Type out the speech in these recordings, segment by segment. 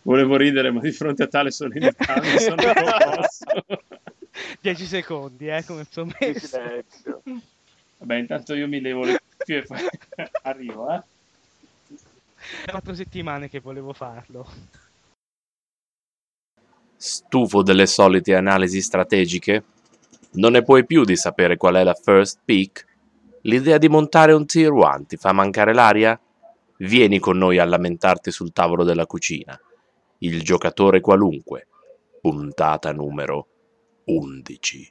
Volevo ridere, ma di fronte a tale solennità mi sono commosso. 10 secondi, come sono Di messo. silenzio. Vabbè, intanto io mi levo le cuffie e poi arrivo, eh. È 4 settimane che volevo farlo. Stufo delle solite analisi strategiche? Non ne puoi più di sapere qual è la first pick? L'idea di montare un tier 1 ti fa mancare l'aria? Vieni con noi a lamentarti sul tavolo della cucina. Il giocatore qualunque. Puntata numero 11.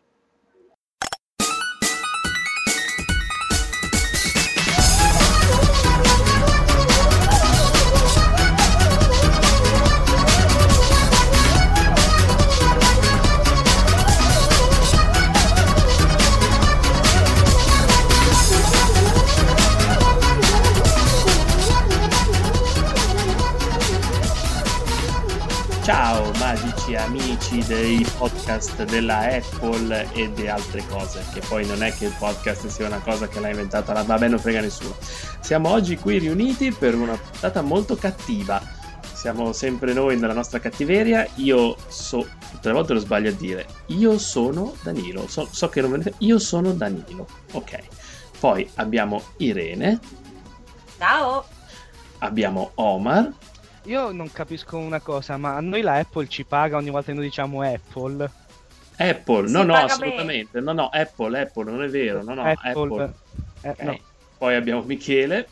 Ciao magici amici dei podcast della Apple e di altre cose, che poi non è che il podcast sia una cosa che l'ha inventata la vabbè, non frega nessuno. Siamo oggi qui riuniti per una puntata molto cattiva. Siamo sempre noi nella nostra cattiveria. Tutte le volte lo sbaglio a dire. Io sono Danilo. So che non me ne... Io sono Danilo. Ok. Poi abbiamo Irene. Ciao. Abbiamo Omar. Io non capisco una cosa, ma a noi la Apple ci paga ogni volta che noi diciamo Apple? Apple, Si no, paga assolutamente. No, Apple, non è vero. No, Apple. Ok. No. Poi abbiamo Michele.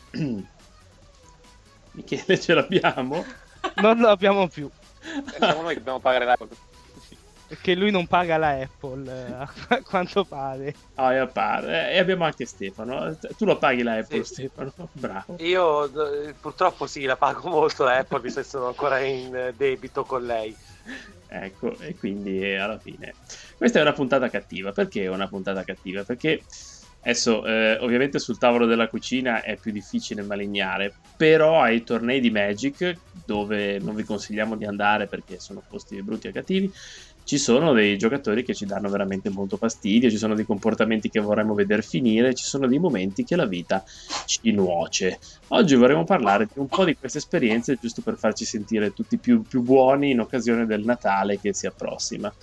Michele ce l'abbiamo? Non lo abbiamo più, Siamo noi che dobbiamo pagare l'Apple. perché lui non paga la Apple, a quanto pare. E abbiamo anche Stefano. Tu lo paghi la Apple, Sì. Stefano? Bravo. Io purtroppo sì, la pago molto la Apple, visto che sono ancora in debito con lei. Ecco, e quindi alla fine. Questa è una puntata cattiva. Perché è una puntata cattiva? Perché adesso, ovviamente sul tavolo della cucina è più difficile malignare, però ai tornei di Magic, dove non vi consigliamo di andare perché sono posti brutti e cattivi, ci sono dei giocatori che ci danno veramente molto fastidio, ci sono dei comportamenti che vorremmo vedere finire, ci sono dei momenti che la vita ci nuoce. Oggi vorremmo parlare di un po' di queste esperienze, giusto per farci sentire tutti più buoni in occasione del Natale che si approssima.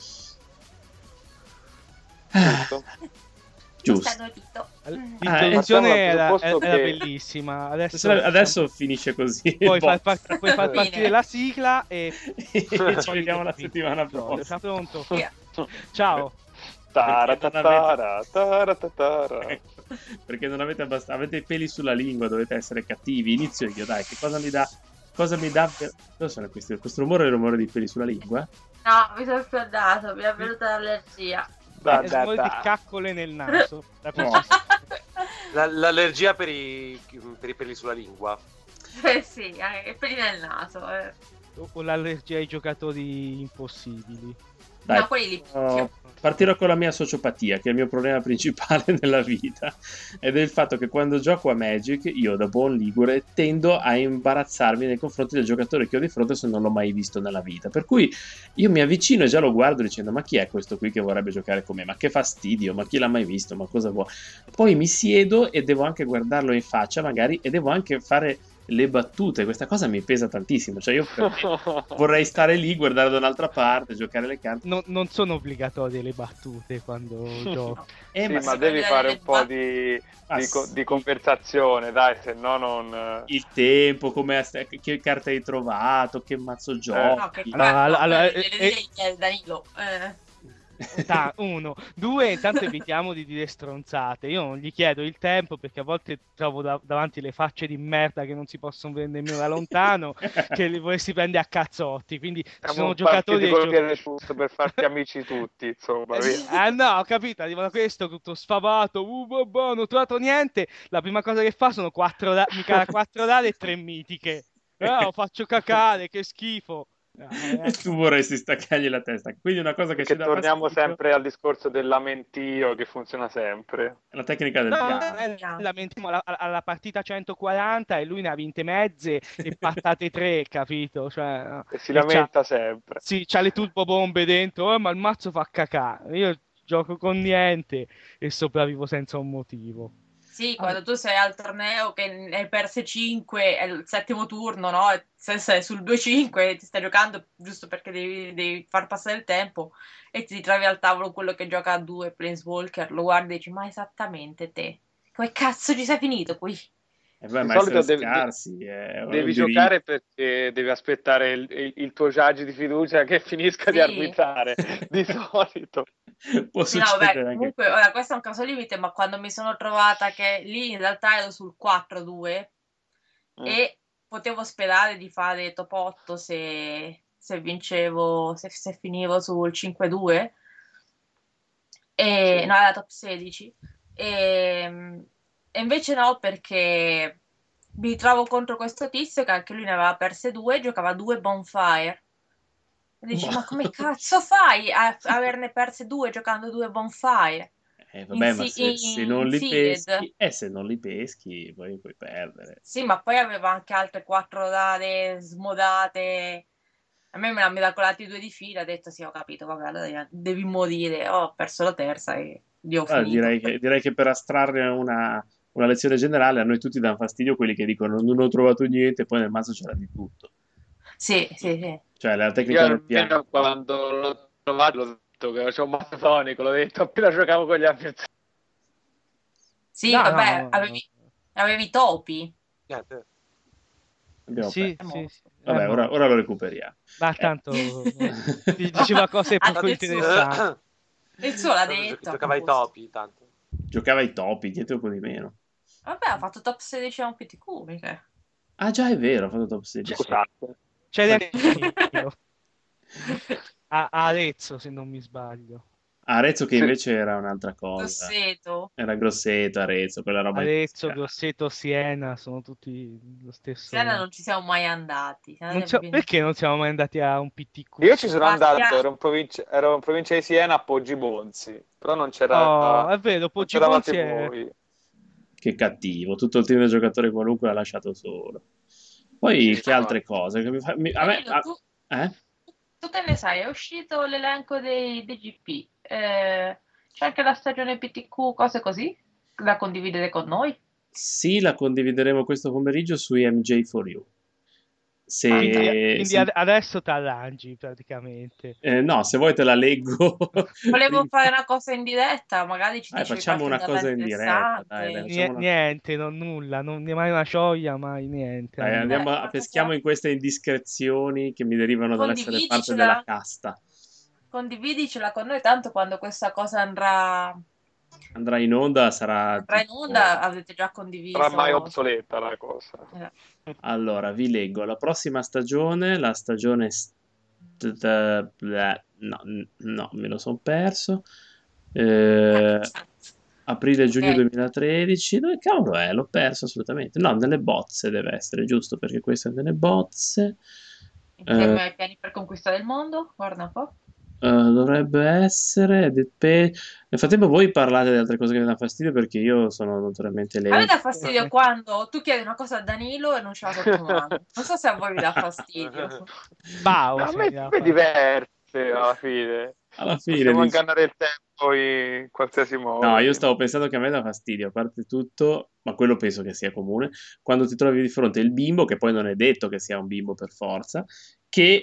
Giusto? Giusto. Stanno zitto. L'introduzione era presupposto che- bellissima. Adesso finisce così. puoi far, Boh. puoi far Bene. partire la sigla e E ci vediamo la settimana prossima. Sei pronto? Via. Ciao. Taratatara, taratatara. Ecco, perché non avete abbastanza, avete i peli sulla lingua, dovete essere cattivi. Inizio io, dai, che cosa mi dà? Cosa sono questi? Questo rumore è il rumore dei peli sulla lingua? No, mi sono scordato, mi è venuta l'allergia. Da, È da, rumore di da. caccole nel naso. No. L'allergia per i peli sulla lingua. Sì, anche peli nel naso. O l'allergia ai giocatori impossibili. Dai, No, quelli li partirò con la mia sociopatia, che è il mio problema principale nella vita, ed è il fatto che quando gioco a Magic, io da buon ligure tendo a imbarazzarmi nei confronti del giocatore che ho di fronte se non l'ho mai visto nella vita. Per cui io mi avvicino e già lo guardo dicendo: ma chi è questo qui che vorrebbe giocare con me? Ma che fastidio, ma chi l'ha mai visto? Ma cosa vuole? Poi mi siedo e devo anche guardarlo in faccia, magari, e devo anche fare le battute. Questa cosa mi pesa tantissimo. Cioè, io vorrei stare lì, guardare da un'altra parte, giocare le carte. Non sono obbligatorie le battute quando gioco. Sì, Ma ma se- devi fare un po' di sì. conversazione, dai, se no non... Il tempo, che carte hai trovato, che mazzo giochi. No, che Allora, le direi che è Danilo. Uno, due, intanto evitiamo di dire stronzate. Io non gli chiedo il tempo perché a volte trovo davanti le facce di merda che non si possono vedere nemmeno da lontano, che li vorresti prendere a cazzotti. Quindi ci sono Siamo giocatori partiti e col piede giusto per farti amici tutti, insomma. vedi? no, ho capito, arriva questo tutto sfavato, non ho trovato niente. La prima cosa che fa sono 4 dadi e 3 mitiche. Faccio cacare, che schifo. E tu vorresti staccargli la testa. Quindi una cosa che Perché ci dà torniamo fastidio sempre al discorso del lamentio che funziona sempre. è la tecnica del No, piano. lamentiamo alla partita 140 e lui ne ha vinte mezze e pattate 3, capito? Cioè, E si e lamenta sempre. sì, c'ha le turbo bombe dentro, ma il mazzo fa cacà. Io gioco con niente e sopravvivo senza un motivo. Sì, quando tu sei al torneo che ne hai perse 5, è il settimo turno, no? E se sei sul 2-5 ti stai giocando giusto perché devi far passare il tempo e ti trovi al tavolo quello che gioca a 2 Planeswalker, lo guardi e dici, ma esattamente te? Come cazzo ci sei finito qui? E beh, Di ma essere solito scarsi è un devi diritto. giocare perché devi aspettare il tuo judge di fiducia che finisca di Sì. arbitrare, di solito. Può Sì, no, vabbè, succedere anche. comunque, ora questo è un caso limite, ma quando mi sono trovata che lì in realtà ero sul 4-2 e potevo sperare di fare top 8 se vincevo, se finivo sul 5-2, Sì. no, era top 16. E invece no, perché mi trovo contro questo tizio che anche lui ne aveva perse 2, giocava 2 Bonfire. E dici, ma come cazzo fai a averne perse 2 giocando 2 Bonfire? Vabbè, ma se non In li sealed. peschi, se non li peschi, poi puoi perdere. Sì, ma poi aveva anche altre 4 date smodate. A me me l'ha miracolati 2 di fila, ha detto sì, ho capito, vabbè, allora devi morire. Ho perso la terza e lì ho Allora, finito. direi che per astrarre una lezione generale, a noi tutti danno fastidio quelli che dicono non ho trovato niente, e poi nel mazzo c'era di tutto. Sì, sì, sì. Cioè, la Io tecnica del piano. almeno quando l'ho trovato l'ho detto che c'ho un mazzo tonico, l'ho detto appena giocavo con gli avversari. Sì, No, vabbè, no, avevi topi. Abbiamo sì, perso. sì, sì. Vabbè, ora lo recuperiamo. Ma tanto diceva cose poco Adesso- interessanti. Il suo l'ha Tanto detto. giocava ai apposta. topi, tanto. Giocava ai topi, dietro un po' di meno. Vabbè, ha fatto top 16 a un PTQ, mica. Ah, già, è vero, ha fatto top 16. Scusate. C'è anch'io. A Arezzo, se non mi sbaglio. Arezzo che Sì. invece era un'altra cosa. Grosseto. Era Grosseto, Arezzo, quella roba Arezzo, in Grosseto, Siena sono tutti lo stesso. Siena non ci siamo mai andati. Siamo andati Perché non siamo mai andati a un PTQ? Io ci sono Partia- andato, ero in provincia di Siena a Poggi Bonzi, però non Oh, è vero, non Poggi c'eravate Bonzi è... voi. Che cattivo, tutto il team del giocatore qualunque l'ha lasciato solo. Poi Sì, che altre cose? A me, Danilo, tu che ne sai? È uscito l'elenco dei GP. C'è anche la stagione PTQ, cose così, da condividere con noi. Sì, la condivideremo questo pomeriggio su MJ4U. Quindi adesso t'arrangi praticamente. No, se vuoi te la leggo. Volevo fare una cosa in diretta, magari ci dicevi Facciamo qualche una data cosa in diretta, dai, interessante. facciamo una... Niente, nulla, non mai una gioia, mai niente. Dai, andiamo una peschiamo cosa- in queste indiscrezioni che mi derivano dall'essere parte della Condividicela, casta. condividicela con noi, tanto quando questa cosa Andrà in onda, sarà andrà in tipo... onda avrete già Sarà mai condiviso. obsoleta la cosa. Allora, vi leggo. La prossima stagione, la stagione... no, me lo sono perso. Aprile-giugno Ok. 2013. Dove cavolo è? L'ho perso assolutamente. No, nelle bozze deve essere, giusto? Perché questo è nelle bozze. Insieme ai piani per conquistare il mondo, guarda un po'. Dovrebbe essere... Nel frattempo voi parlate di altre cose che mi danno fastidio perché io sono notoriamente A me lento. dà fastidio quando tu chiedi una cosa a Danilo e non ce la sotto mano. Non so se a voi vi dà fastidio. Bao, A sì, me è diverse alla fine. Alla fine Possiamo dici... ingannare il tempo in qualsiasi modo. No, io stavo pensando che a me dà fastidio, a parte tutto, ma quello penso che sia comune, quando ti trovi di fronte il bimbo, che poi non è detto che sia un bimbo per forza, che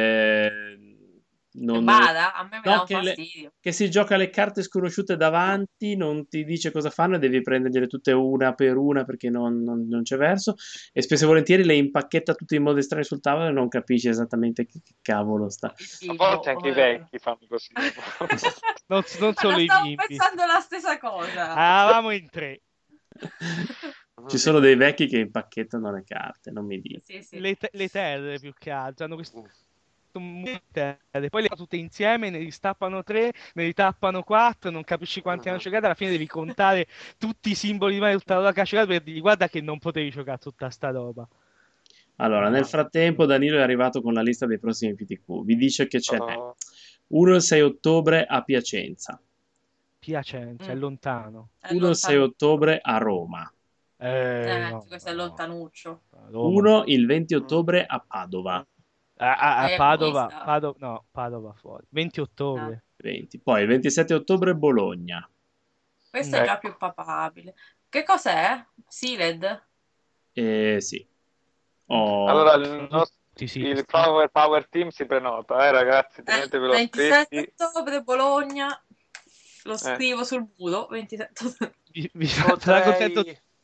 Che non... bada, a me mi dà No, un fastidio. che si gioca le carte sconosciute davanti, non ti dice cosa fanno e devi prendergliele tutte una per una perché non c'è verso, e spesso e volentieri le impacchetta tutte in modi strani sul tavolo e non capisci esattamente che cavolo sta. A volte anche i vecchi fanno così. Non solo i Stavo bimbi. pensando la stessa cosa. Eravamo in 3. Ci sono dei vecchi che impacchettano le carte, non mi dico. Sì, sì. Le terre più che altro hanno questo terre, poi le tutte insieme, ne ristappano 3, ne ritappano 4, non capisci quanti hanno giocato, alla fine devi contare tutti i simboli di Mario, tutta la roba che ha giocato per dirgli guarda che non potevi giocare tutta sta roba. Allora, nel frattempo Danilo è arrivato con la lista dei prossimi PTQ. Vi dice che c'è Oh. uno il 6 ottobre a Piacenza, Piacenza, è lontano. È uno il 6 lontano. ottobre a Roma, No, Questo è lontanuccio. Roma. uno il 20 ottobre a Padova, A Padova, Questa. Padova fuori. 20 ottobre. 20. Poi il 27 ottobre Bologna, Questo è già più papabile. Che cos'è? Sealed? Sì. Oh, Allora Sì, il Power Team si prenota, ragazzi, tenetevelo 27 stretti. ottobre Bologna, lo Eh. scrivo sul muro, 27 ottobre. sarà contento.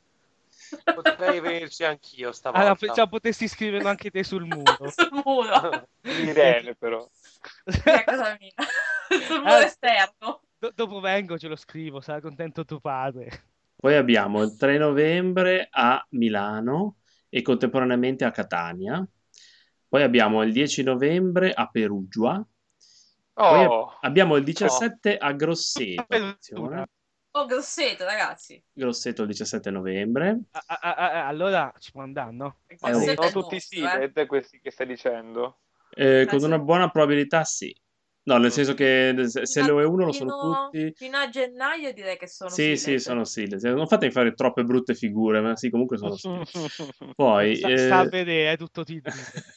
Potrei venirci anch'io Ah, stavolta. no, pensavo potessi scriverlo anche te sul muro. Sul muro, Irene, però. a casa mia, sul muro esterno. Dopo vengo, ce lo scrivo, sarà contento tuo padre. Poi abbiamo il 3 novembre a Milano e contemporaneamente a Catania. Poi abbiamo il 10 novembre a Perugia. Poi Oh, abbiamo il 17 a Grosseto. Attenzione. Oh, Grosseto, ragazzi. Grosseto il 17 novembre. Allora ci può andare, no? Grosseto sono è tutti nostro, seeded questi che stai dicendo? Con una buona probabilità sì. No, nel senso che se lo è uno lo sono tutti. Fino a gennaio direi che sono Sì, sealed. sono sealed. Non fatemi fare troppe brutte figure, ma sì, comunque sono sealed. Poi sta a vedere, è tutto TD.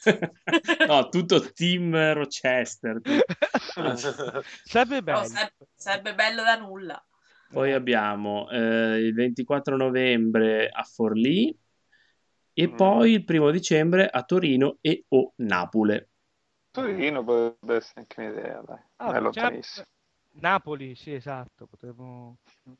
no, tutto Team Rochester. Sarebbe Però bello. sarebbe bello da nulla. Poi abbiamo il 24 novembre a Forlì e poi il 1 dicembre a Torino e o Napoli. Torino potrebbe essere anche un'idea, dai. Non è lontanissimo. Napoli, sì, esatto, potremmo...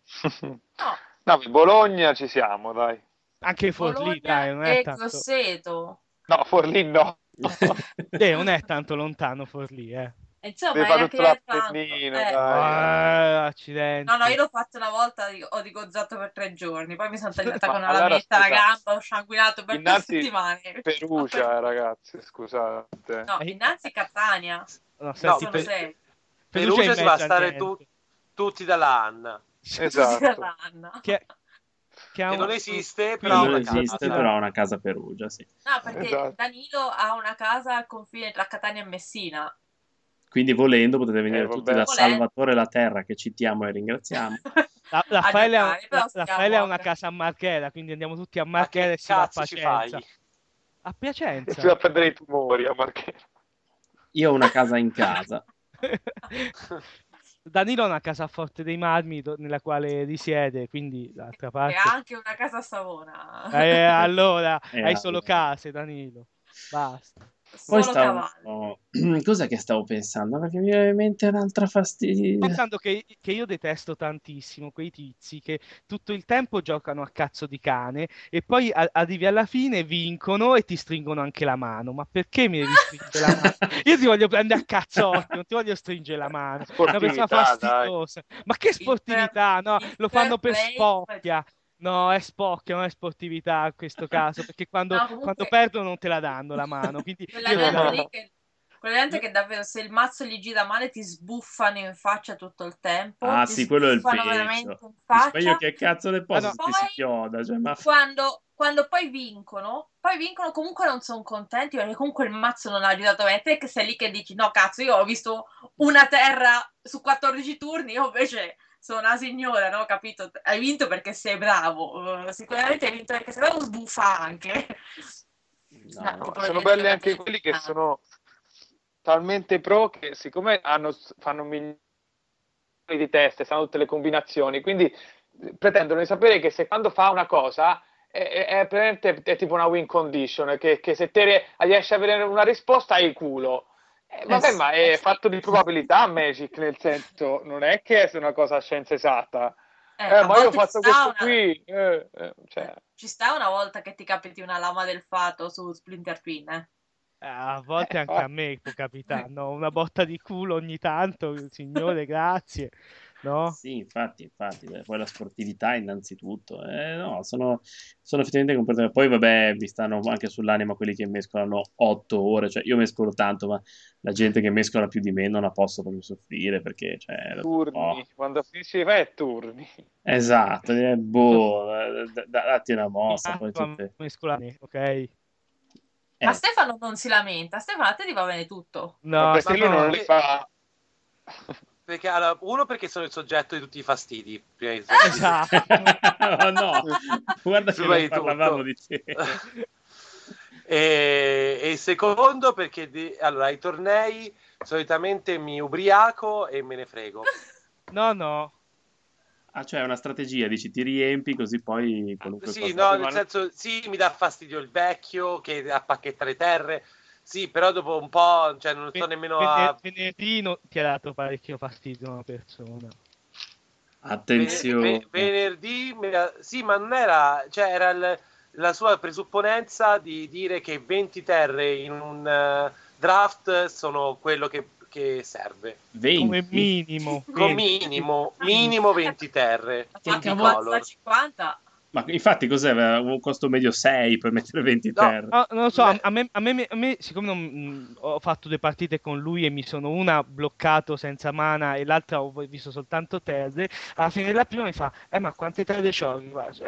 No, Bologna ci siamo, dai. Anche Forlì, dai, non è e tanto... Grosseto. No, Forlì no. non è tanto lontano Forlì, Insomma, Devi è fare anche tutto tanto. l'Appennino, dai. Accidenti. No, io l'ho fatto una volta, ho rigozzato per 3 giorni, poi mi sono tagliata Ma con una allora, lametta alla scusa, gamba, ho sanguinato per 3 settimane. Perugia, ragazzi, scusate. No, innanzi Catania. No, senti, sono 6. Perugia si va a in mezzo stare niente. tutti dalla Anna. Esatto. Che non esiste, Che però ha non una esiste, casa. però ha una casa a Perugia, sì. No, perché Esatto. Danilo ha una casa al confine tra Catania e Messina. Quindi volendo potete venire tutti da Volendo. Salvatore La Terra, che citiamo e ringraziamo. Raffaele giocare, ha una casa a Marghera, quindi andiamo tutti a Marghera Ma e che si va a cazzo ci fai? Piacenza. A Piacenza? Si va a prendere i tumori a Marchena. Io ho una casa in casa. Danilo ha una casa a Forte dei Marmi nella quale risiede, quindi d'altra E parte... ha anche una casa a Savona. Allora, hai allora. solo case, Danilo. Basta. Poi Solo cavalli. Cos'è che stavo pensando? Perché mi viene in mente un'altra fastidio. Pensando che io detesto tantissimo quei tizi che tutto il tempo giocano a cazzo di cane e poi arrivi alla fine, vincono e ti stringono anche la mano. Ma perché mi devi stringere la mano? Io ti voglio prendere a cazzotti, non ti voglio stringere la mano. È una persona fastidiosa. Ma che sportività? No, lo fanno per spocchia. No, è spocchia, non è sportività in questo caso, perché quando perdono non te la danno la mano. Quindi quella gente che davvero se il mazzo gli gira male ti sbuffano in faccia tutto il tempo. Ah, ti sì, quello è il sbuffano veramente peggio. in Ma faccia. io che cazzo ne posso Poi, si chioda? Cioè, ma... quando poi vincono comunque non sono contenti perché comunque il mazzo non ha girato bene. Te che sei lì che dici no cazzo, io ho visto una terra su 14 turni, io invece sono una signora, no? Capito? Hai vinto perché sei bravo. Sicuramente hai vinto perché sei bravo, sbuffa anche. No, sono belli anche quelli che sono talmente pro che siccome fanno milioni di teste, sanno tutte le combinazioni, quindi pretendono di sapere che se quando fa una cosa è tipo una win condition, che se te riesci a avere una risposta hai il culo. Vabbè, ma è fatto di probabilità Magic, nel senso, non è che è una cosa a scienza esatta. Ma io ho fatto questo qui. Cioè. Ci sta una volta che ti capiti una lama del fato su Splinter Twin, A volte anche a me può capitare, no? Una botta di culo ogni tanto, signore, grazie. No? Sì, infatti, poi la sportività innanzitutto. No, sono effettivamente completamente... Poi vabbè, mi stanno anche sull'anima quelli che mescolano 8 ore, cioè io mescolo tanto, ma la gente che mescola più di me non la posso proprio soffrire perché... Cioè, turni, quando finisci fai turni. Esatto, datti una mossa. Poi tutte... ok? Ma Stefano non si lamenta. Stefano, a te ti va bene tutto. No, perché lui non le fa. Perché, allora, uno perché sono il soggetto di tutti i fastidi. Prima di esatto. No, guarda che non parlavamo di te. E il secondo perché allora ai tornei solitamente mi ubriaco e me ne frego. No. Ah, cioè è una strategia, dici ti riempi così poi qualunque Sì, cosa. no, nel senso, sì, mi dà fastidio il vecchio che appacchetta le terre, sì, però dopo un po', cioè non sto nemmeno a... Venerdì ti ha dato parecchio fastidio una persona. Attenzione. Venerdì, sì, ma non era, cioè era la sua presupponenza di dire che 20 terre in un draft sono quello che serve. 20? Come minimo. Con minimo 20 terre. Ma In cavolo, color. 50? Ma infatti cos'è? Un costo medio 6 per mettere 20 No. terre? No, non lo so, a me siccome ho fatto 2 partite con lui e mi sono una bloccato senza mana e l'altra ho visto soltanto terre, alla fine della prima mi fa, ma quante terre c'ho?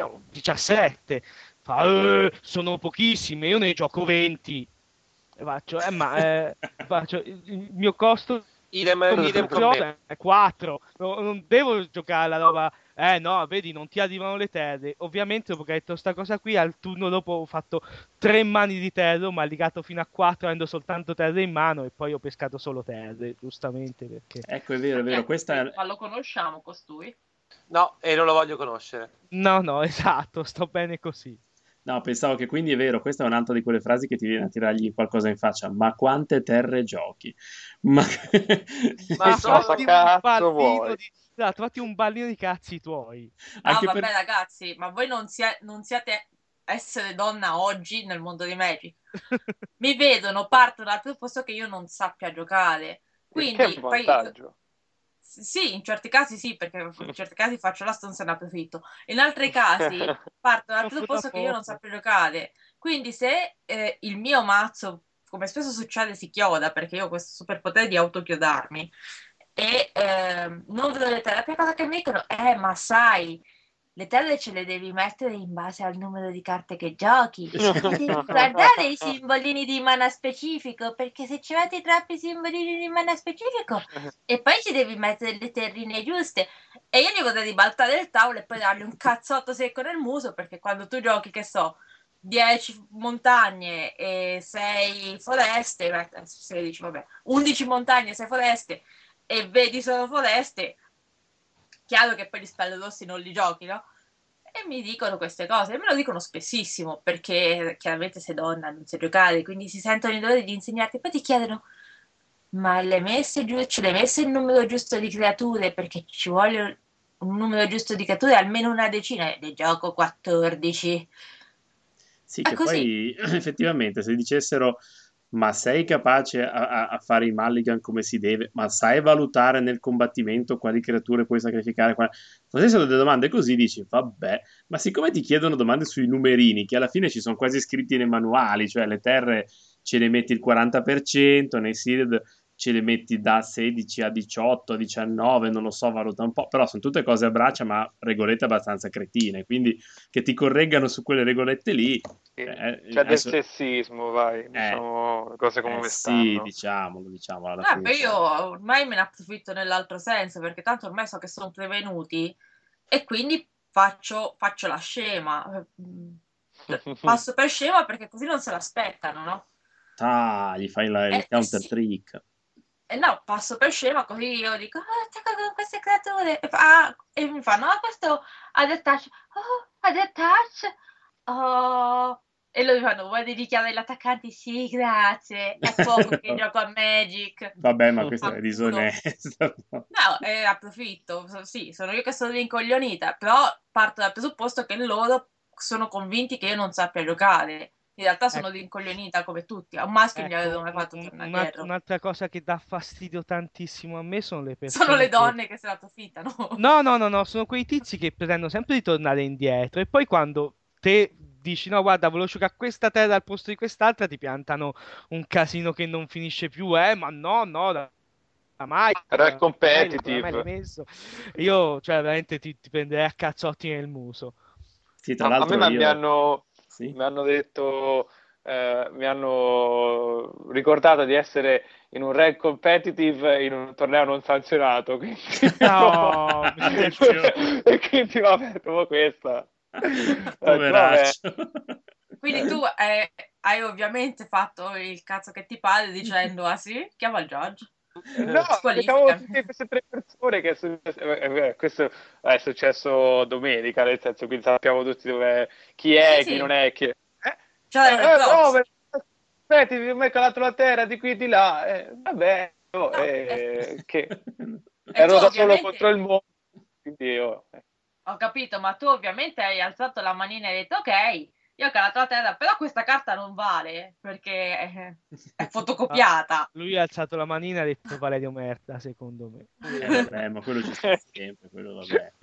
17. Fa, sono pochissime, io ne gioco 20. E faccio, faccio, il mio costo Idem con me. è 4, non devo giocare la roba. No, vedi, non ti arrivano le terre. Ovviamente, dopo che ho detto sta cosa qui, al turno dopo ho fatto 3 mani di terra, ma legato fino a 4, avendo soltanto terre in mano, e poi ho pescato solo terre, giustamente perché. Ecco, è vero, questa è... Ma lo conosciamo costui? No, e non lo voglio conoscere. No, esatto, sto bene così. No, pensavo che quindi è vero, questa è un'altra di quelle frasi che ti viene a tirargli qualcosa in faccia. Ma quante terre giochi? Ma Fatti un cazzo vuoi? trovati un ballino di cazzi tuoi. No, Anche vabbè, per... ragazzi, ma voi non siate essere donna oggi nel mondo di Magic. Mi vedono, partono dal presupposto che io non sappia giocare. Che è Quindi, un poi, vantaggio. sì, in certi casi sì, perché in certi casi faccio la stonza e ne approfitto. In altri casi parto dal presupposto che io non sappia giocare. Quindi se il mio mazzo, come spesso succede, si chioda, perché io ho questo superpotere di autochiodarmi, e non vedo le terre, la prima cosa che mi dicono è, ma sai, le terre ce le devi mettere in base al numero di carte che giochi. E devi guardare i simbolini di mana specifico, perché se ci metti troppi simbolini di mana specifico e poi ci devi mettere le terrine giuste, e io gli vorrei ribaltare il tavolo e poi dargli un cazzotto secco nel muso, perché quando tu giochi, che so, 10 montagne e 6 foreste, 16, vabbè, 11 montagne e 6 foreste, e vedi solo foreste, chiaro che poi gli spelli rossi non li giochi, no? E mi dicono queste cose, e me lo dicono spessissimo, perché chiaramente sei donna, non sai giocare, quindi si sentono in dovere di insegnarti, poi ti chiedono, ma ce l'hai messo il numero giusto di creature, perché ci vuole un numero giusto di creature, almeno una decina, ne gioco 14. Sì, È che così. poi effettivamente se dicessero ma sei capace a fare i mulligan come si deve, ma sai valutare nel combattimento quali creature puoi sacrificare? Fossero delle domande così dici, vabbè, ma siccome ti chiedono domande sui numerini, che alla fine ci sono quasi scritti nei manuali, cioè le terre ce ne metti il 40%, nei sealed ce le metti da 16 a 18, a 19, non lo so, valuta un po', però sono tutte cose a braccia, ma regolette abbastanza cretine, quindi che ti correggano su quelle regolette lì. C'è del Adesso... sessismo, vai, diciamo le cose come sì, stanno. diciamolo alla Beh, fine. io ormai me ne approfitto nell'altro senso, perché tanto ormai so che sono prevenuti e quindi faccio la scema. Passo per scema perché così non se l'aspettano, no? Gli fai il counter Sì. trick. No, passo per scema, così io dico, attacca con queste creature. E mi fanno, questo ha detach. Ha detach. Oh. E loro mi fanno, vuoi dedicare gli attaccanti? Sì, grazie. È poco che gioco a Magic. Vabbè, ma questo è Fanculo. disonesto. No, approfitto. Sì, sono io che sono rincoglionita, però parto dal presupposto che loro sono convinti che io non sappia giocare. In realtà sono rincoglionita come tutti. A un maschio mi avevano mai fatto tornare dietro. Un'altra cosa che dà fastidio tantissimo a me sono le persone. Sono le donne che se la approfittano. No, sono quei tizi che pretendono sempre di tornare indietro e poi quando te dici no, guarda, volevo giocare a questa terra al posto di quest'altra, ti piantano un casino che non finisce più, ma no, da mai, Però è mai l'hai competitive. messo. Io, cioè, veramente ti prenderei a cazzotti nel muso. Sì, tra A l'altro me io... Sì? mi hanno detto, mi hanno ricordato di essere in un rank competitive in un torneo non sanzionato. Quindi... No, mi dispiace. E quindi vabbè, dopo questa. Poveraccio. Quindi tu hai ovviamente fatto il cazzo che ti pare dicendo, ah sì, chiama il judge. No, pensavo tutte queste 3 persone che questo è successo domenica, nel senso, quindi sappiamo tutti chi è, chi non è, chi è. Aspetta, mi hai calato la terra di qui e di là. Vabbè, che ero da solo contro il mondo, quindi io... Ho capito, ma tu ovviamente hai alzato la manina e hai detto ok, io ho calato la terra, però questa carta non vale perché è fotocopiata. Lui ha alzato la manina e ha detto Valerio merda, secondo me. Vabbè, ma quello ci sta sempre, quello vabbè.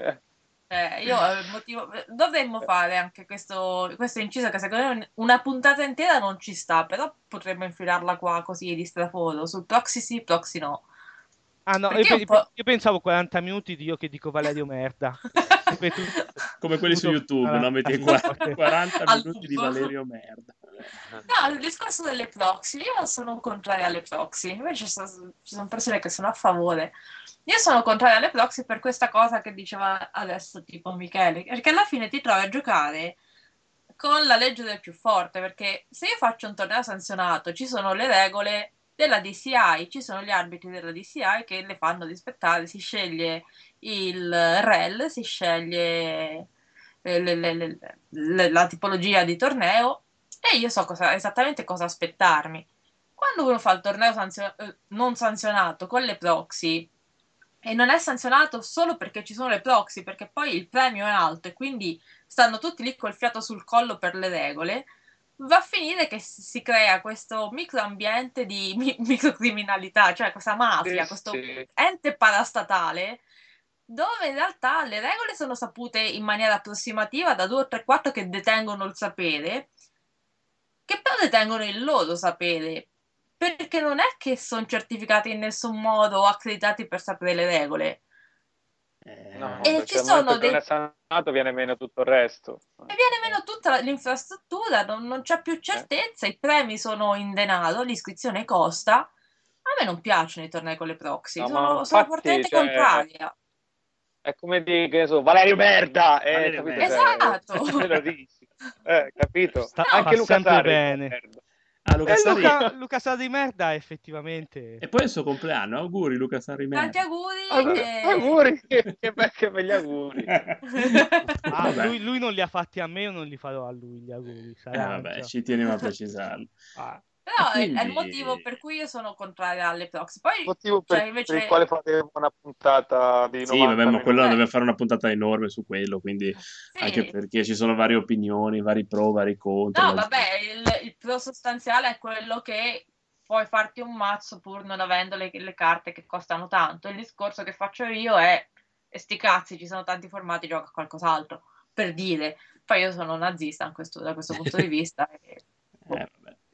Dovremmo fare anche questo inciso che secondo me una puntata intera non ci sta, però potremmo infilarla qua così di straforo, sul proxy sì, proxy no. Ah no, io pensavo 40 minuti di io che dico Valerio merda. Come quelli su YouTube, no? Metti 40 minuti di Valerio merda. No, il discorso delle proxy, io sono contraria alle proxy, invece ci sono persone che sono a favore. Io sono contraria alle proxy per questa cosa che diceva adesso tipo Michele, perché alla fine ti trovi a giocare con la legge del più forte, perché se io faccio un torneo sanzionato ci sono le regole della DCI, ci sono gli arbitri della DCI che le fanno rispettare, si sceglie il REL, si sceglie la tipologia di torneo e io so esattamente cosa aspettarmi. Quando uno fa il torneo non sanzionato con le proxy e non è sanzionato solo perché ci sono le proxy, perché poi il premio è alto e quindi stanno tutti lì col fiato sul collo per le regole, va a finire che si crea questo microambiente di microcriminalità, cioè questa mafia, questo ente parastatale, dove in realtà le regole sono sapute in maniera approssimativa da 2 o 3 4 che detengono il sapere, che però detengono il loro sapere, perché non è che sono certificati in nessun modo o accreditati per sapere le regole. No, e ci sono dei... non è sanato, viene meno tutto il resto. E viene meno tutta l'infrastruttura, non c'è più certezza, i premi sono in denaro, l'iscrizione costa. A me non piacciono i tornei con le proxy, sono fortemente contraria. È come dire, che so, Valerio merda! Valerio capito? Esatto! Capito? Anche Luca Sarri bene. Merda. Luca Sarri merda effettivamente. E poi è il suo compleanno, auguri Luca Sarri merda. Tanti auguri. Auguri, che belli auguri. Lui non li ha fatti a me, io non li farò a lui gli auguri. Vabbè, ci teniamo a precisarlo. Però quindi... è il motivo per cui io sono contraria alle proxy. Poi, il motivo per il quale fate una puntata di 90 Sì, vabbè, ma quello deve fare una puntata enorme su quello, quindi sì. Anche perché ci sono varie opinioni, vari pro, vari contro. No, vabbè, il pro sostanziale è quello che puoi farti un mazzo pur non avendo le carte che costano tanto. Il discorso che faccio io è e sti cazzi, ci sono tanti formati, gioca a qualcos'altro, per dire. Poi io sono nazista da questo punto di vista. Vabbè.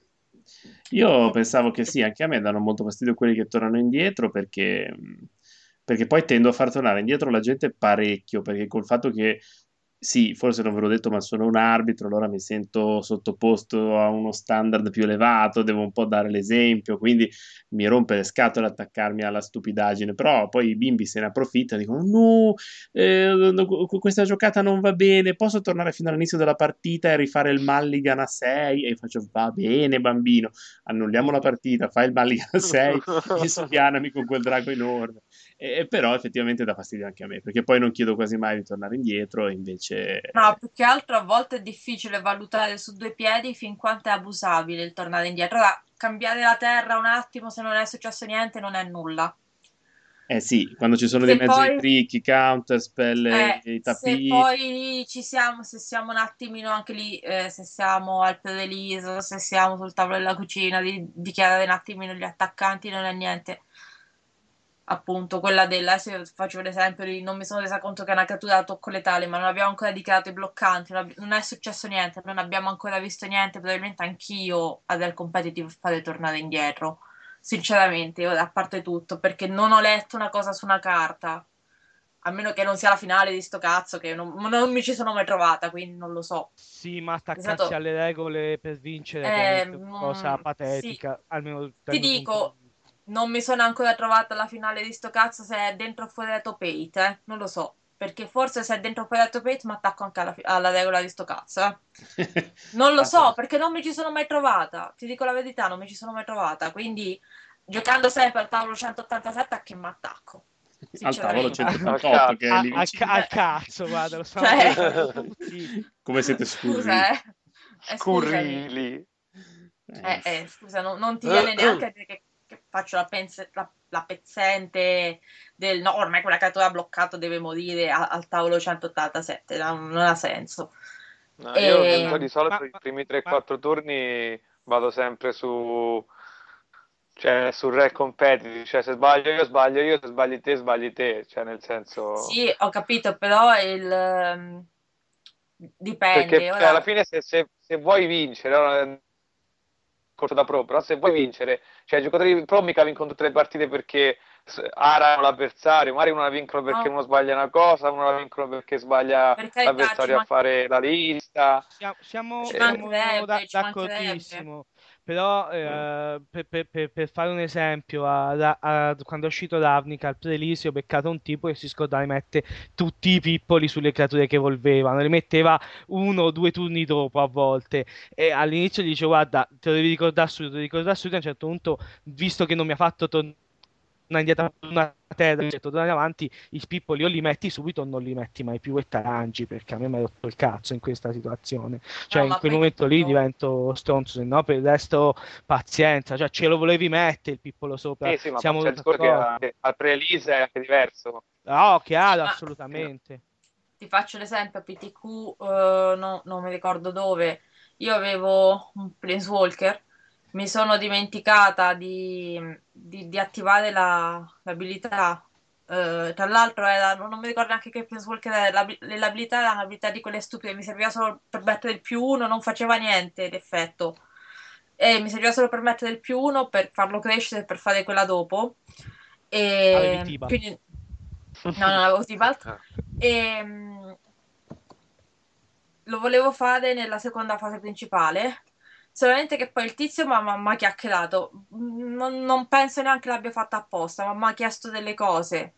Io pensavo che sì, anche a me danno molto fastidio quelli che tornano indietro perché poi tendo a far tornare indietro la gente parecchio, perché col fatto che sì, forse non ve l'ho detto, ma sono un arbitro, allora mi sento sottoposto a uno standard più elevato, devo un po' dare l'esempio, quindi mi rompe le scatole attaccarmi alla stupidaggine, però poi i bimbi se ne approfittano e dicono no, questa giocata non va bene, posso tornare fino all'inizio della partita e rifare il mulligan a 6? E io faccio, va bene bambino, annulliamo la partita, fai il mulligan a 6 e spianami con quel drago enorme. Però effettivamente dà fastidio anche a me, perché poi non chiedo quasi mai di tornare indietro, e invece... No, più che altro a volte è difficile valutare su 2 piedi fin quanto è abusabile il tornare indietro. Ora, cambiare la terra un attimo se non è successo niente non è nulla. Sì, quando ci sono dei mezzi trick, counter, spell, i tappi... Se poi se siamo un attimino anche lì, se siamo al pre-release, se siamo sul tavolo della cucina, di dichiarare un attimino gli attaccanti non è niente. Appunto, quella se faccio l'esempio di non mi sono resa conto che è una cattura da tocco letale, ma non abbiamo ancora dichiarato i bloccanti, non è successo niente, non abbiamo ancora visto niente, probabilmente anch'io a del competitive farei tornare indietro, sinceramente, ora, a parte tutto, perché non ho letto una cosa su una carta, a meno che non sia la finale di sto cazzo, che non mi ci sono mai trovata, quindi non lo so. Sì, ma attaccarsi alle regole per vincere è una cosa patetica, sì. Almeno ti dico... Non mi sono ancora trovata la finale di sto cazzo se è dentro o fuori da top 8, non lo so. Perché forse se è dentro o fuori da top 8 mi attacco anche alla regola di sto cazzo, Non lo so, perché non mi ci sono mai trovata. Ti dico la verità, non mi ci sono mai trovata. Quindi giocando sempre al tavolo 187 a che mi attacco? Al tavolo Sinceramente. 188 che è lì vicino. Al cazzo, guarda, lo sanno Cioè- tutti. Come siete scurrili. Scusa, scusami. Scurrili. Scusa, non ti viene neanche a dire che faccio la pezzente del no, ormai quella creatura bloccata deve morire al tavolo 187, non ha senso. No, io di solito i primi 3-4 turni vado sempre sul re competitive, cioè se sbaglio io, se sbagli te, cioè nel senso... Sì, ho capito, però dipende. Perché Ora... alla fine se vuoi vincere, ora, corso da pro, però se vuoi vincere, cioè i giocatori pro mica vincono tutte le partite perché arano l'avversario, magari uno la vincono perché uno sbaglia una cosa, uno la vincono perché sbaglia l'avversario a fare la lista. Siamo mancherebbe. d'accordissimo. Però per fare un esempio, quando è uscito Ravnica al pre-release ho beccato un tipo che si scordava di mettere tutti i pippoli sulle creature che evolvevano, li metteva 1 o 2 turni dopo a volte, e all'inizio gli dicevo guarda, te lo devi ricordare subito, a un certo punto, visto che non mi ha fatto tornare indietro una terra, certo, da avanti i pippoli o li metti subito o non li metti mai più e t'arrangi, perché a me mi ha rotto il cazzo in questa situazione, cioè in quel momento lì divento stronzo, se no per il resto pazienza, cioè ce lo volevi mettere il pippolo sopra, sì, ma siamo c'è il discorso che al pre-release è anche diverso. Chiaro, assolutamente. Ti faccio l'esempio a PTQ, non mi ricordo dove, io avevo un Planeswalker, mi sono dimenticata di attivare l'abilità. Tra l'altro non mi ricordo neanche che Planeswalker era, l'abilità era un'abilità di quelle stupide, mi serviva solo per mettere il +1, non faceva niente d'effetto. E mi serviva solo per mettere il +1 per farlo crescere e per fare quella dopo. Avevi Quindi, no, non avevo Tibalt. Lo volevo fare nella seconda fase principale. Solamente che poi il tizio mi ha chiacchierato. Non penso neanche l'abbia fatta apposta, ma mi ha chiesto delle cose.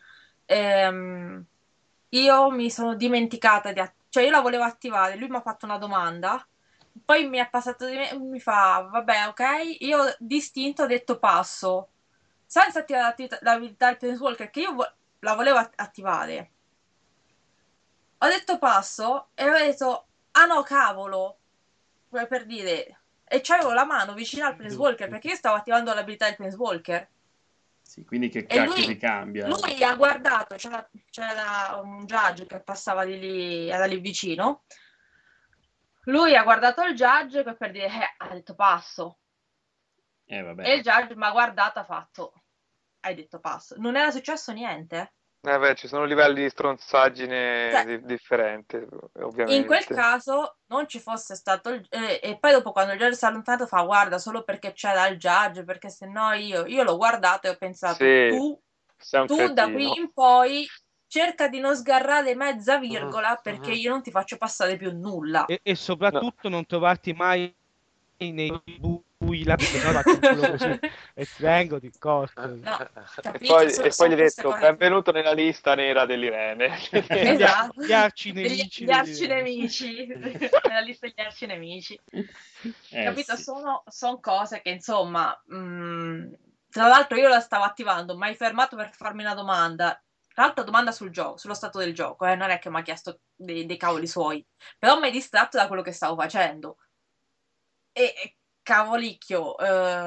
Io mi sono dimenticata cioè io la volevo attivare, lui mi ha fatto una domanda, poi mi è passato di me, mi fa, vabbè, ok, io distinto ho detto passo, senza attivare l'abilità del Planeswalker, che io la volevo attivare. Ho detto passo e ho detto, ah no, cavolo, per dire, e c'avevo la mano vicino al Planeswalker, perché io stavo attivando l'abilità del Planeswalker. Sì, quindi che cacchio ti cambia? Lui ha guardato, c'era un judge che passava di lì, era lì vicino. Lui ha guardato il judge per dire, ha detto passo. Vabbè. E il judge mi ha guardato, ha fatto, hai detto passo. Non era successo niente. Ci sono livelli di stronzaggine differenti, ovviamente. In quel caso non ci fosse stato e poi dopo quando il judge si è allontanato fa guarda solo perché c'era il judge, perché se no io l'ho guardato e ho pensato tu da qui in poi cerca di non sgarrare mezza virgola perché io non ti faccio passare più nulla. E soprattutto non trovarti mai nei bui là, perché no faccio quello così e vengo di corto. No, e poi gli hai detto benvenuto nella lista nera dell'Irene. Esatto. Gli arcinemici nella lista degli arcinemici, capito? Sì. Sono cose che insomma tra l'altro io la stavo attivando, mi hai fermato per farmi una domanda. Tra l'altro domanda sul gioco, sullo stato del gioco, non è che mi ha chiesto dei cavoli suoi, però mi hai distratto da quello che stavo facendo. E cavolicchio,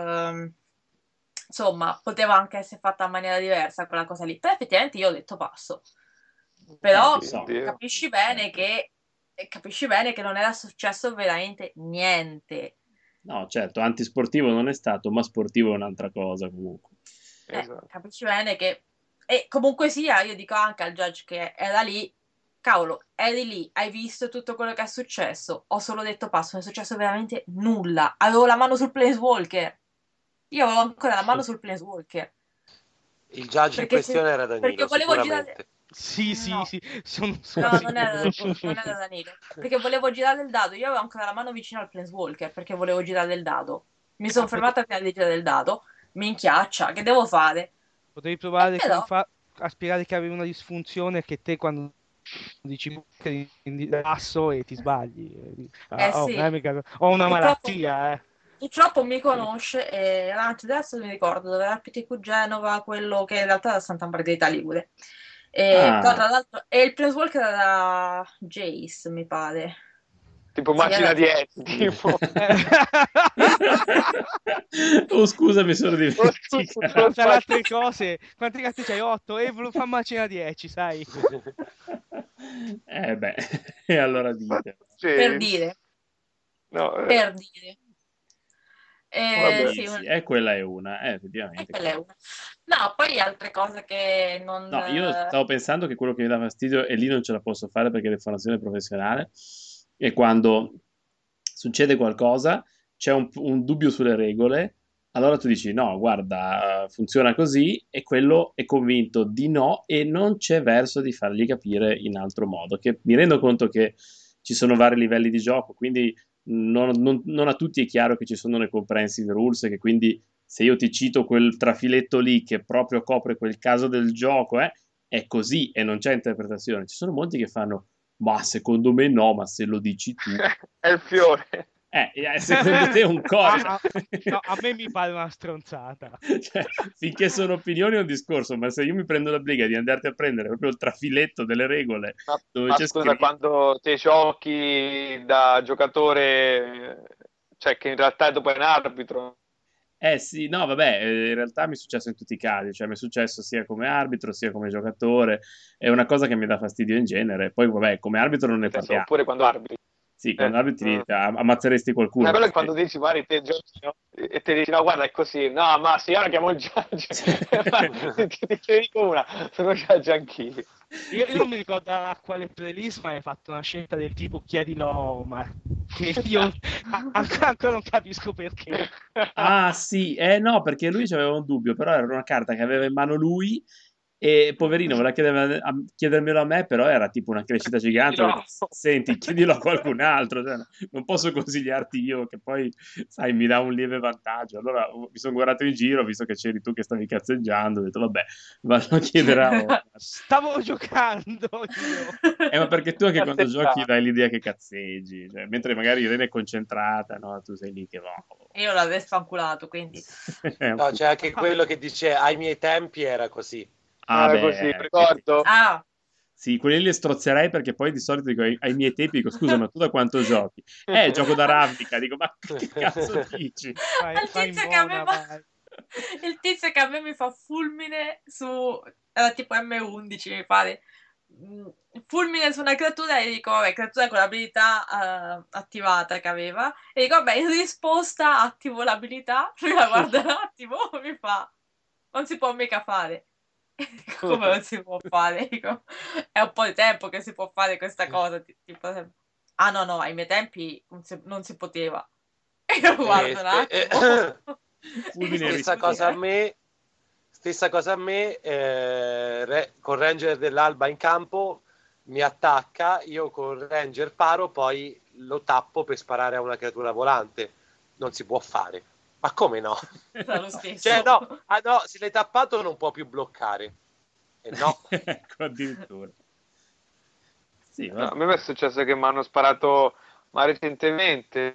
insomma, poteva anche essere fatta in maniera diversa quella cosa lì. Però effettivamente io ho detto passo. Però capisci bene che non era successo veramente niente. No, certo, antisportivo non è stato, ma sportivo è un'altra cosa comunque. Esatto. Capisci bene che... E comunque sia, io dico anche al judge che era lì, cavolo, eri lì, hai visto tutto quello che è successo, ho solo detto passo, non è successo veramente nulla, avevo la mano sul Planeswalker, io avevo ancora la mano sul Planeswalker. Il judge in questione era Danilo, perché volevo sicuramente. girare... Sì. No, non era Danilo, perché volevo girare il dado, io avevo ancora la mano vicino al Planeswalker, perché volevo girare il dado, mi sono fermata prima di girare il dado, mi inchiaccia, che devo fare? Potevi provare a spiegare che avevi una disfunzione, che te quando dici in basso e ti sbagli. Sì. Ho una malattia, purtroppo mi conosce e adesso mi ricordo dove era PTQ Genova, quello che in realtà era Santa Margherita Ligure. Però tra l'altro e il Planeswalker era Jace, mi pare. Tipo Sì, macchina era- 10, tipo. Oh, scusa, mi sono Oh, scusa, dimenticato. Tra le altre cose, quante carte c'hai? 8? E fa macina 10, sai? Beh, e allora dite. Per dire, No, per dire. vabbè. Sì, Sì, sì, quella è una, effettivamente. quella è una. No, poi altre cose che non... No, io stavo pensando che quello che mi dà fastidio, e lì non ce la posso fare perché è formazione professionale, è quando succede qualcosa, c'è un dubbio sulle regole, allora tu dici no, guarda, funziona così, e quello è convinto di no e non c'è verso di fargli capire in altro modo, che mi rendo conto che ci sono vari livelli di gioco, quindi non a tutti è chiaro che ci sono le comprehensive rules e che quindi se io ti cito quel trafiletto lì che proprio copre quel caso del gioco, è così e non c'è interpretazione. Ci sono molti che fanno, ma secondo me no, ma se lo dici tu... È il fiore. Secondo te è un core? No, a me mi pare una stronzata. Cioè, finché sono opinioni è un discorso, ma se io mi prendo la briga di andarti a prendere proprio il trafiletto delle regole dove Ma c'è scusa, scritto... quando te giochi da giocatore, cioè che in realtà dopo è un arbitro. Eh sì, no, vabbè, in realtà mi è successo in tutti i casi, cioè mi è successo sia come arbitro sia come giocatore, è una cosa che mi dà fastidio in genere, poi vabbè, come arbitro non ne parliamo, Oppure quando arbitri. sì, quando arbitri Mm. ammazzeresti qualcuno, Ma quello è quando dici, magari te giochi, no? E te dici, no, guarda, è così. No, ma sì, ora chiamo il judge. Ti dico una, sono judge anch'io. Io non mi ricordo a quale playlist, ma hai fatto una scelta del tipo chiedi no, ma che io ancora non capisco perché. Ah sì, no, perché lui aveva un dubbio, però era una carta che aveva in mano lui e poverino voleva chiedermelo a me, però era tipo una crescita gigante. Ho detto, senti, chiedilo a qualcun altro, cioè, non posso consigliarti io che poi, sai, mi dà un lieve vantaggio. Allora mi sono guardato in giro, visto che c'eri tu che stavi cazzeggiando, ho detto vabbè, vado a chiedere a Omar. Stavo giocando io. Ma perché tu anche quando giochi dai l'idea che cazzeggi, cioè, mentre magari Irene è concentrata, no? Tu sei lì che va. Io l'avrei spanculato, quindi... No, c'è anche quello che dice ai miei tempi era così. Beh, così, ricordo. Ah, sì, quelli li strozzerei perché poi di solito dico ai miei tempi, dico scusa, ma tu da quanto giochi? Gioco da Ravnica, dico ma che cazzo dici? Il tizio che a me mi fa fulmine su... era tipo M11, mi pare. Fulmine su una creatura e dico, vabbè, creatura con l'abilità attivata che aveva. E dico, vabbè, in risposta attivo l'abilità. Lui la guarda un attimo, mi fa, non si può mica fare. Come non si può fare? Dico, è un po' di tempo che si può fare questa cosa. Tipo, ah no, ai miei tempi non si poteva. E io lo guardo un attimo. Stessa cosa a me. Stessa cosa a me, con Ranger dell'Alba in campo mi attacca, io con Ranger paro, poi lo tappo per sparare a una creatura volante. Non si può fare. Ma come no? Lo stesso. Cioè no, se l'hai tappato non può più bloccare. E no. Ecco, addirittura. Sì, no, a me è successo che mi hanno sparato, ma recentemente.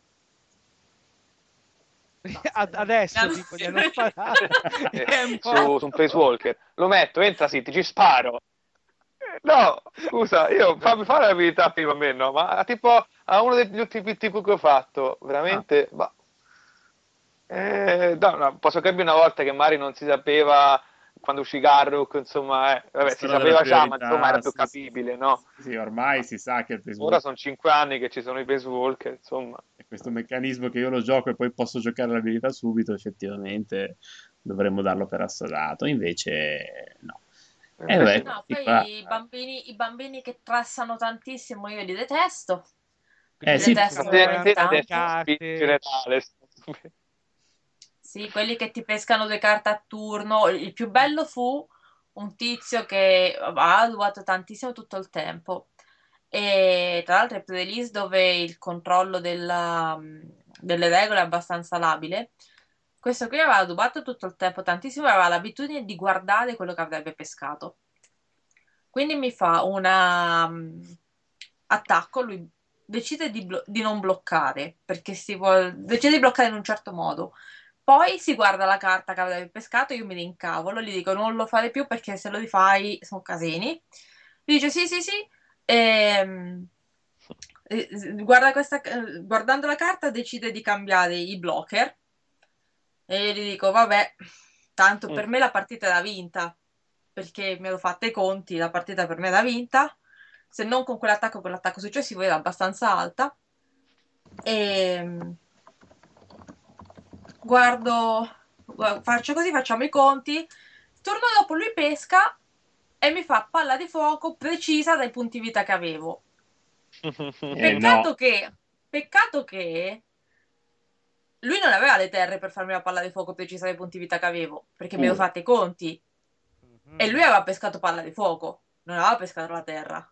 Adesso tipo gli hanno sparato su un Placewalker. Lo metto, entra sì, ti ci sparo. No, scusa, fammi fare l'abilità prima a me, no? Ma tipo a uno degli ultimi tipo che ho fatto, veramente, no, posso capire una volta che magari non si sapeva quando uscì Garruk, insomma, vabbè, si sapeva già, ma insomma era più capibile, no? Sì, ormai si sa che il Ora sono 5 anni che ci sono i Placewalker, insomma. E questo meccanismo che io lo gioco e poi posso giocare l'abilità subito, effettivamente dovremmo darlo per assodato, invece no. No, poi i bambini che trassano tantissimo io li detesto. Sì, detesto sì, quelli che ti pescano 2 carte a turno. Il più bello fu un tizio che ha rubato tantissimo tutto il tempo. E tra l'altro è pre-release dove il controllo delle regole è abbastanza labile. Questo qui aveva rubato tutto il tempo tantissimo e aveva l'abitudine di guardare quello che avrebbe pescato. Quindi mi fa un attacco, lui decide di non bloccare, perché decide di bloccare in un certo modo. Poi si guarda la carta che aveva pescato, io me ne incavolo, gli dico non lo fare più perché se lo rifai sono casini. Lui dice sì, sì, sì. Ehm, guardando la carta decide di cambiare i blocker e io gli dico vabbè, tanto per me la partita era vinta, perché mi ero fatta i conti, la partita per me era vinta, se non con quell'attacco successivo era abbastanza alta. E faccio così, facciamo i conti. Il turno dopo lui pesca e mi fa palla di fuoco precisa dai punti vita che avevo. No. Peccato che lui non aveva le terre per farmi la palla di fuoco precisa dai punti vita che avevo, perché mi ero fatta i conti. E lui aveva pescato palla di fuoco, non aveva pescato la terra.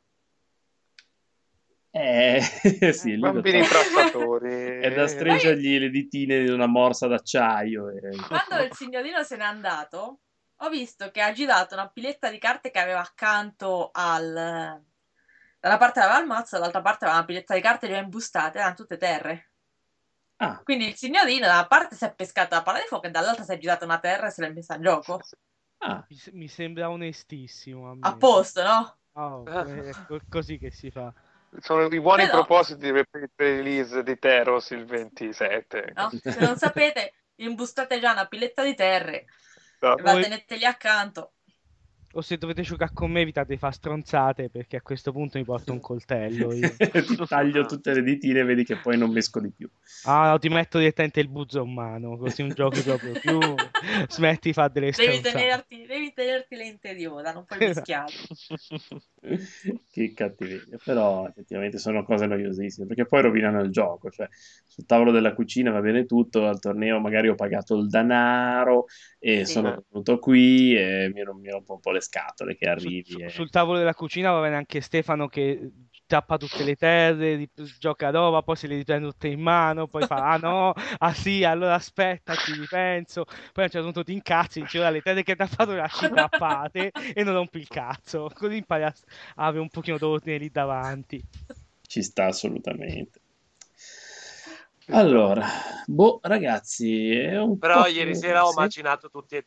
Sì, Bambini trassatori. È da stringergli le ditine di una morsa d'acciaio. Quando il signorino se n'è andato, ho visto che ha girato una piletta di carte che aveva accanto dalla parte aveva il mazzo, dall'altra parte aveva una piletta di carte già imbustate, erano tutte terre. Ah. Quindi il signorino da una parte si è pescata la palla di fuoco e dall'altra si è girata una terra e se l'è messa in gioco. Ah. Mi sembra onestissimo. A posto, no? Oh, è così che si fa. Sono i buoni propositi per il release di Teros il 27. No? Se non sapete, imbustate già una piletta di terre No. e la tenete lì accanto. O se dovete giocare con me evitate di fare stronzate, perché a questo punto mi porto un coltello io. Ti taglio tutte le ditine e vedi che poi non mescoli più. Ah no, ti metto direttamente il buzzo in mano, così non giochi proprio più. Smetti di fare delle stronzate. Devi tenerti l'interiore, non puoi mischiare. Che cattiveria, però effettivamente sono cose noiosissime perché poi rovinano il gioco. Cioè, sul tavolo della cucina va bene tutto, al torneo magari ho pagato il denaro e sono venuto qui e mi rompo un po' le scatole che arrivi. Sul tavolo della cucina va bene anche Stefano che tappa tutte le terre, gioca a roba, poi se le riprende tutte in mano, poi fa ah no, ah sì, allora aspetta, ci ripenso, poi a un certo punto ti incazzi, dici ora le terre che ti ha fatto lasci tappate e non rompi il cazzo, così impari a avere un pochino d'ordine lì davanti. Ci sta assolutamente. Allora, ragazzi, è un però po' ieri sera ho macinato tutti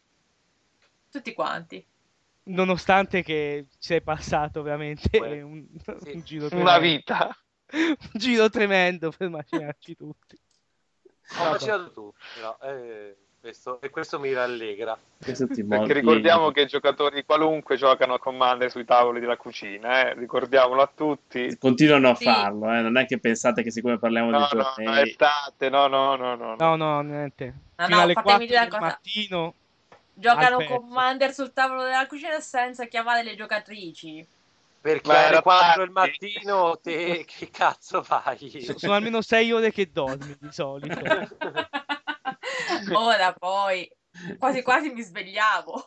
quanti. Nonostante che ci sei passato veramente un giro tremendo. Una vita. Un giro tremendo per macinarci tutti. Ho macinato tutti, però, questo mi rallegra. Perché ricordiamo che giocatori qualunque giocano a Commander sui tavoli della cucina, ricordiamolo a tutti. Continuano a farlo, non è che pensate che siccome parliamo di tornei... No, estate, no, niente. Fino alle 4 del mattino... Giocano Commander sul tavolo della cucina senza chiamare le giocatrici. Perché alle 4 del mattino te che cazzo fai? Sono almeno 6 ore che dormi di solito. Ora poi quasi quasi mi svegliavo.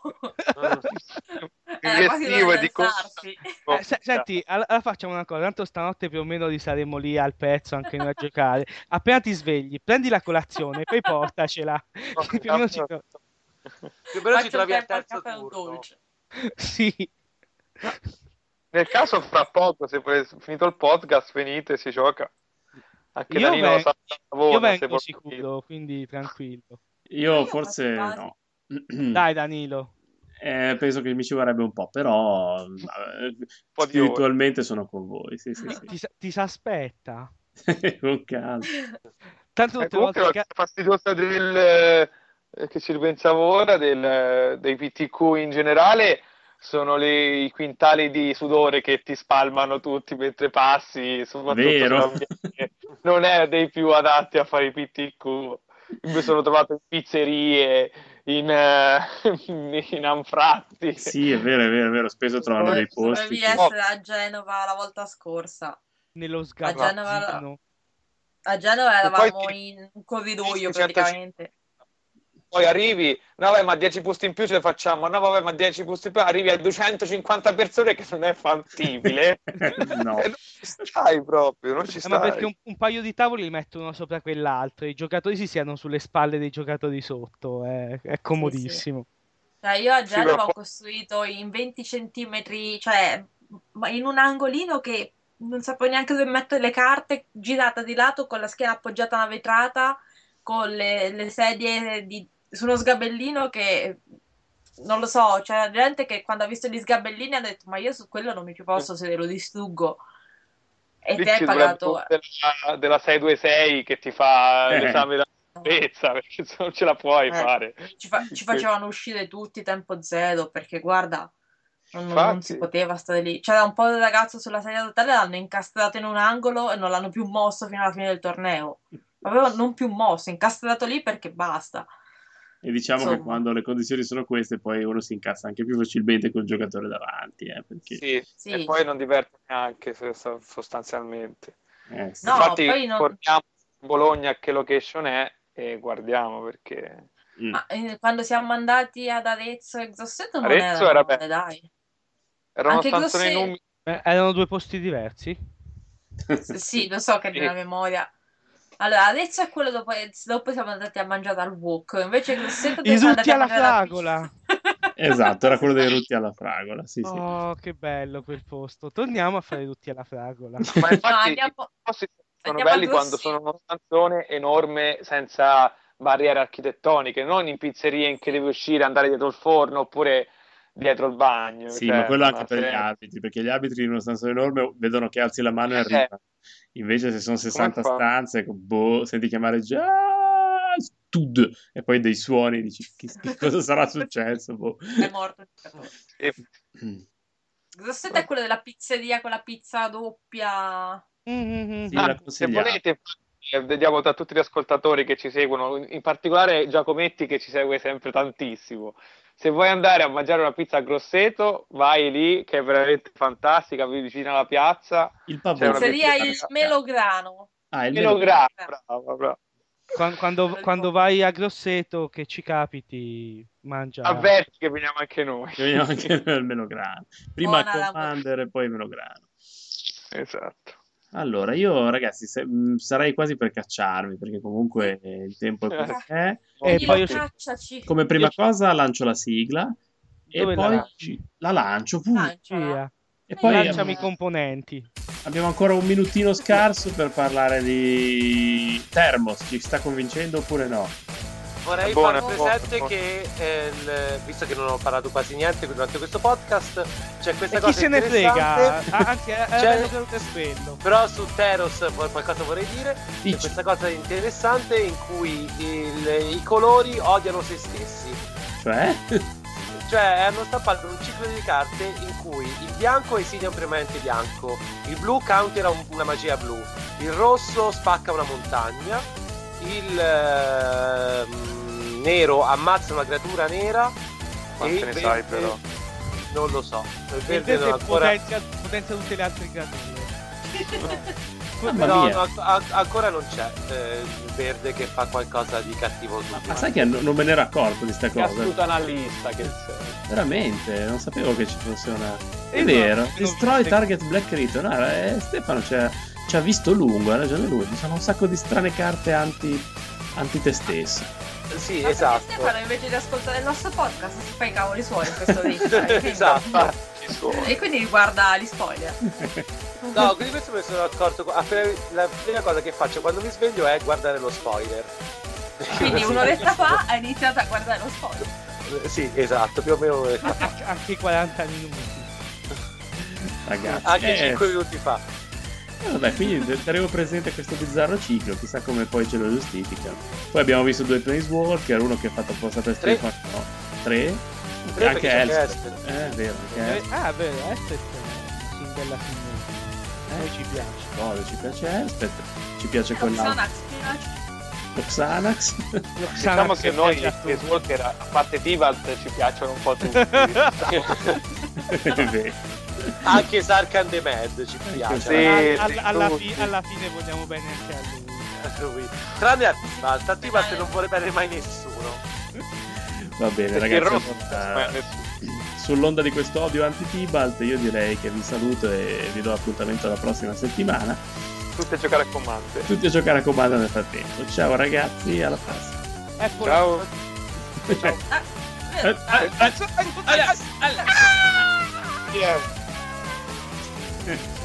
Senti, allora facciamo una cosa, tanto stanotte più o meno saremo lì al pezzo anche noi a giocare. Appena ti svegli, prendi la colazione, poi portacela. Più o meno ci trovi al terzo turno. Sì. Nel caso fra poco, se finito il podcast, venite e si gioca. Anche Danilo lo sa. Io vengo sicuro, quindi tranquillo. Io forse no. Dai Danilo. Penso che mi ci vorrebbe un po', però spiritualmente sono con voi. Sì. Ti si aspetta. Con calma. Tanto comunque la cosa fastidiosa che ci ripensavo ora dei PTQ in generale sono i quintali di sudore che ti spalmano tutti mentre passi, soprattutto non è dei più adatti a fare i PTQ. Io mi sono trovato in pizzerie, in anfratti. Sì, è vero, spesso trovano dei posti. Dovevi essere a Genova la volta scorsa. Nello sgabuzzino. A Genova eravamo in un corridoio praticamente. Poi arrivi, no vabbè, ma 10 posti in più ce le facciamo, no vabbè, ma 10 posti in più, arrivi a 250 persone che non è fattibile. No. Non ci stai proprio, non ci stai. Ma perché un paio di tavoli li mettono sopra quell'altro, i giocatori si siano sulle spalle dei giocatori sotto, è comodissimo. Sì. Cioè, io a Genova ho costruito in 20 centimetri, cioè in un angolino che non sapevo neanche dove mettere le carte, girata di lato con la schiena appoggiata a una vetrata, con le sedie su uno sgabellino che non lo so, c'era gente che quando ha visto gli sgabellini ha detto ma io su quello non mi ci posso sedere, lo distruggo. E Lì te hai ci pagato della 626 che ti fa l'esame della salvezza, perché se non ce la puoi fare. Ci facevano uscire tutti tempo zero, perché guarda, non si poteva stare lì. C'era un po' di ragazzo sulla sedia d'hotel, l'hanno incastrato in un angolo e non l'hanno più mosso fino alla fine del torneo. Proprio non più mosso, incastrato lì perché basta. E diciamo che quando le condizioni sono queste, poi uno si incazza anche più facilmente col giocatore davanti. Perché... Sì, e poi non diverte neanche sostanzialmente. Sì. No, infatti, poi non... guardiamo Bologna che location è e guardiamo perché... Ma quando siamo andati ad Arezzo e Grosseto non Arezzo era era dai. Erano Anche stanzoni numeri. Erano due posti diversi? Sì, lo so che nella memoria. Allora, Arezzo è quello dopo siamo andati a mangiare al wok, invece Grosseto i rutti alla fragola. Esatto, era quello dei rutti alla fragola. Sì, oh, che bello quel posto. Torniamo a fare i rutti alla fragola. Ma infatti i posti sono belli quando sono uno stanzone enorme senza barriere architettoniche, non in pizzerie in che devi uscire, andare dietro il forno oppure dietro il bagno. Sì, ma quello anche per gli arbitri, perché gli arbitri in uno stanza enorme vedono che alzi la mano e arrivano. Invece se sono 60 stanze, senti chiamare già stud e poi dei suoni, dici che cosa sarà successo? È morto Grosseto è quello della pizzeria con la pizza doppia. Sì, se volete vediamo da tutti gli ascoltatori che ci seguono, in particolare Giacometti che ci segue sempre tantissimo. Se vuoi andare a mangiare una pizza a Grosseto, vai lì, che è veramente fantastica, vicino alla piazza. Il pavone. Pizzeria il Melograno. Il Melograno, bravo. Quando vai a Grosseto, che ci capiti, mangia. Avverti che veniamo anche noi. Veniamo anche noi al Melograno. Prima il Commander e poi il Melograno. Esatto. Allora, io ragazzi sarei quasi per cacciarmi, perché comunque il tempo è quello che è. E poi come prima cosa lancio la sigla e poi la lancio pure. E poi lanciami i componenti. Abbiamo ancora un minutino scarso per parlare di Thermos. Ci sta convincendo oppure no? Vorrei fare presente che, visto che non ho parlato quasi niente durante questo podcast, c'è questa cosa se ne frega? Anzi, quello. Però su Theros qualcosa vorrei dire. C'è questa cosa interessante in cui i colori odiano se stessi. Cioè hanno stampato un ciclo di carte in cui il bianco esilia un permanente bianco, il blu countera una magia blu, il rosso spacca una montagna, il nero ammazza una creatura nera. Quante ne sai però? Non lo so. Il verde non ancora... potenzia tutte le altre creature. Però ancora non c'è il verde che fa qualcosa di cattivo. Ma sai che non me ne ero accorto di sta cosa? È tutta una lista che c'è. Veramente, non sapevo che ci fosse una... È vero, Destroy Target Black Rito. No, Stefano ci ha visto lungo, ha ragione lui. Ci sono un sacco di strane carte anti te stesso. Sì, esatto. Stefano invece di ascoltare il nostro podcast si fa i cavoli suoi in questo lista. Esatto. E quindi guarda gli spoiler. No, quindi questo me ne sono accorto. La prima cosa che faccio quando mi sveglio è guardare lo spoiler. Quindi un'oretta fa hai iniziato a guardare lo spoiler. Sì, esatto, più o meno un'oretta fa. Anche 40 minuti. Ragazzi, anche 5 minuti fa. Vabbè, quindi terremo presente questo bizzarro ciclo, chissà come poi ce lo giustifica. Poi abbiamo visto 2 Planeswalker, uno che ha fatto apposta per Stefano, 3. Anche Elspeth. È vero, vero, Elspeth sì, bella signora. Noi ci piace. Ci piace Elspeth, ci piace quella. Xanax. Diciamo che noi Planeswalker, a parte Tibalt, ci piacciono un po' tutti. È vero. Anche Sarkhan the Mad ci piace. Sì, alla fine vogliamo bene anche a lui. Tranne a Tibalt non vuole bene mai nessuno. Va bene, ragazzi. Sull'onda di questo odio anti-Tibalt, io direi che vi saluto e vi do appuntamento alla prossima settimana. Tutti a giocare a Commander. Nel frattempo. Ciao ragazzi, alla prossima. Ciao. Ciao.